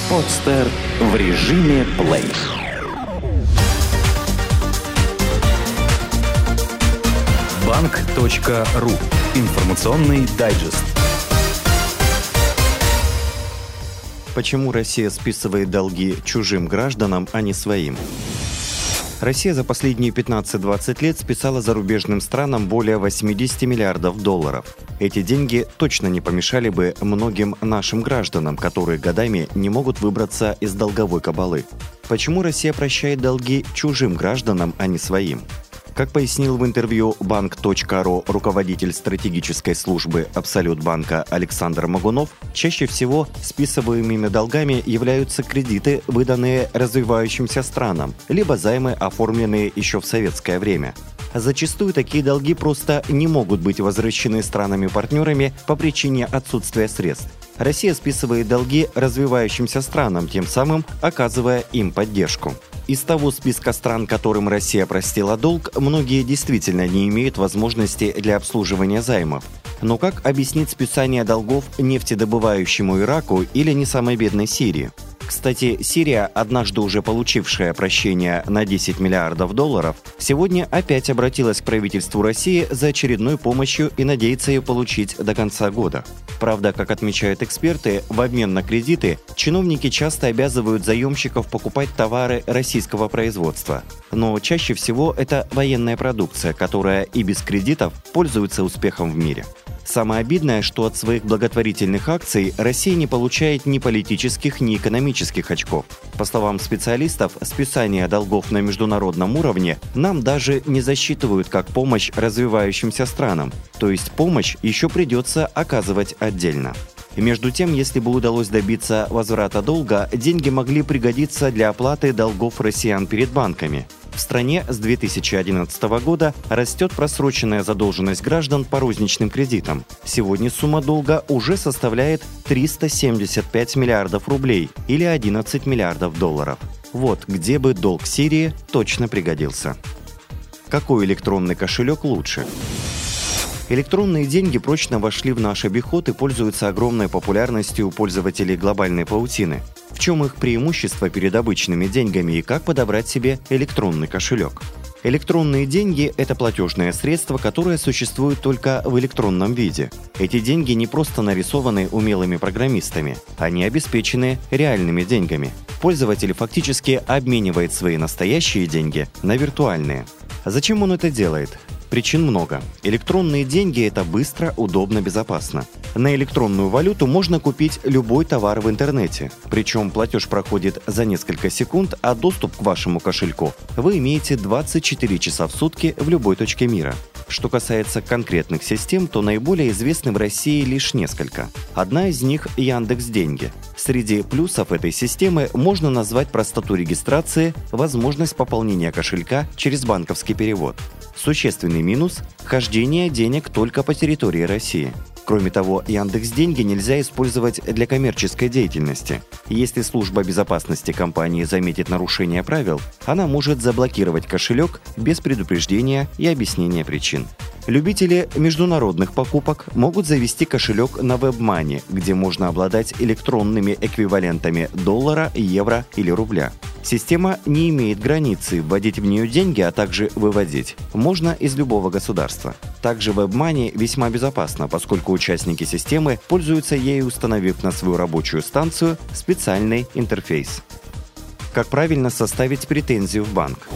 Подстер в режиме плей. Банк.ру. Информационный дайджест. Почему Россия списывает долги чужим гражданам, а не своим? Россия за последние 15-20 лет списала зарубежным странам более 80 миллиардов долларов. Эти деньги точно не помешали бы многим нашим гражданам, которые годами не могут выбраться из долговой кабалы. Почему Россия прощает долги чужим гражданам, а не своим? Как пояснил в интервью Банк.ру руководитель стратегической службы Абсолют-банка Александр Магунов, чаще всего списываемыми долгами являются кредиты, выданные развивающимся странам, либо займы, оформленные еще в советское время. Зачастую такие долги просто не могут быть возвращены странами-партнерами по причине отсутствия средств. Россия списывает долги развивающимся странам, тем самым оказывая им поддержку. Из того списка стран, которым Россия простила долг, многие действительно не имеют возможности для обслуживания займов. Но как объяснить списание долгов нефтедобывающему Ираку или не самой бедной Сирии? Кстати, Сирия, однажды уже получившая прощение на 10 миллиардов долларов, сегодня опять обратилась к правительству России за очередной помощью и надеется ее получить до конца года. Правда, как отмечают эксперты, в обмен на кредиты чиновники часто обязывают заемщиков покупать товары российского производства. Но чаще всего это военная продукция, которая и без кредитов пользуется успехом в мире. Самое обидное, что от своих благотворительных акций Россия не получает ни политических, ни экономических очков. По словам специалистов, списание долгов на международном уровне нам даже не засчитывают как помощь развивающимся странам, то есть помощь еще придется оказывать отдельно. Между тем, если бы удалось добиться возврата долга, деньги могли пригодиться для оплаты долгов россиян перед банками. В стране с 2011 года растет просроченная задолженность граждан по розничным кредитам. Сегодня сумма долга уже составляет 375 миллиардов рублей или 11 миллиардов долларов. Вот где бы долг Сирии точно пригодился. Какой электронный кошелек лучше? Электронные деньги прочно вошли в наш обиход и пользуются огромной популярностью у пользователей глобальной паутины. В чем их преимущество перед обычными деньгами и как подобрать себе электронный кошелек? Электронные деньги – это платежное средство, которое существует только в электронном виде. Эти деньги не просто нарисованы умелыми программистами, они обеспечены реальными деньгами. Пользователь фактически обменивает свои настоящие деньги на виртуальные. Зачем он это делает? Причин много. Электронные деньги – это быстро, удобно, безопасно. На электронную валюту можно купить любой товар в интернете. Причем платеж проходит за несколько секунд, а доступ к вашему кошельку вы имеете 24 часа в сутки в любой точке мира. Что касается конкретных систем, то наиболее известны в России лишь несколько. Одна из них – Яндекс.Деньги. Среди плюсов этой системы можно назвать простоту регистрации, возможность пополнения кошелька через банковский перевод. Существенный минус – хождение денег только по территории России. Кроме того, Яндекс.Деньги нельзя использовать для коммерческой деятельности. Если служба безопасности компании заметит нарушение правил, она может заблокировать кошелек без предупреждения и объяснения причин. Любители международных покупок могут завести кошелек на WebMoney, где можно обладать электронными эквивалентами доллара, евро или рубля. Система не имеет границы, вводить в нее деньги, а также выводить можно из любого государства. Также WebMoney весьма безопасно, поскольку участники системы пользуются ею, установив на свою рабочую станцию специальный интерфейс. Как правильно составить претензию в банк?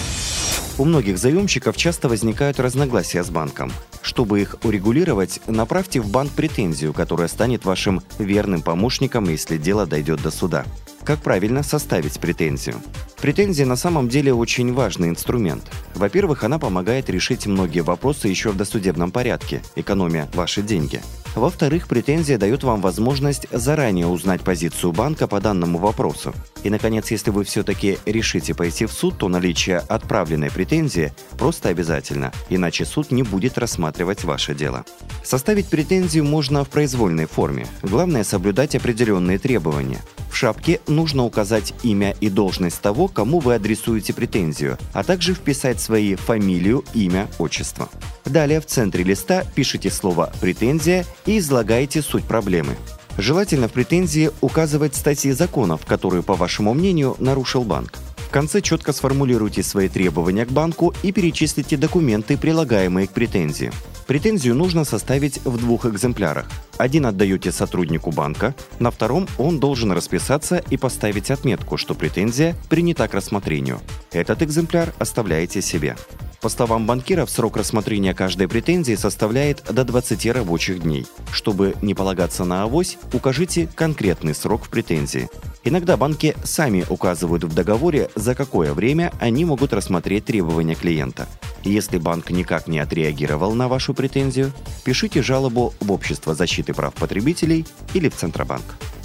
У многих заемщиков часто возникают разногласия с банком. Чтобы их урегулировать, направьте в банк претензию, которая станет вашим верным помощником, если дело дойдет до суда. Как правильно составить претензию? Претензия на самом деле очень важный инструмент. Во-первых, она помогает решить многие вопросы еще в досудебном порядке, экономя ваши деньги. Во-вторых, претензия дает вам возможность заранее узнать позицию банка по данному вопросу. И, наконец, если вы все-таки решите пойти в суд, то наличие отправленной претензии просто обязательно, иначе суд не будет рассматривать ваше дело. Составить претензию можно в произвольной форме. Главное – соблюдать определенные требования. В шапке нужно указать имя и должность того, кому вы адресуете претензию, а также вписать свои фамилию, имя, отчество. Далее в центре листа пишите слово «претензия» и излагаете суть проблемы. Желательно в претензии указывать статьи законов, которые, по вашему мнению, нарушил банк. В конце четко сформулируйте свои требования к банку и перечислите документы, прилагаемые к претензии. Претензию нужно составить в 2 экземплярах. Один отдаете сотруднику банка, на втором он должен расписаться и поставить отметку, что претензия принята к рассмотрению. Этот экземпляр оставляете себе. По словам банкиров, срок рассмотрения каждой претензии составляет до 20 рабочих дней. Чтобы не полагаться на авось, укажите конкретный срок в претензии. Иногда банки сами указывают в договоре, за какое время они могут рассмотреть требования клиента. Если банк никак не отреагировал на вашу претензию, пишите жалобу в Общество защиты прав потребителей или в Центробанк.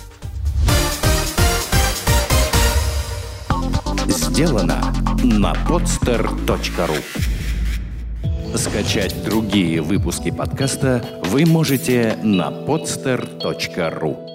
Сделано на podster.ru. Скачать другие выпуски подкаста вы можете на podster.ru.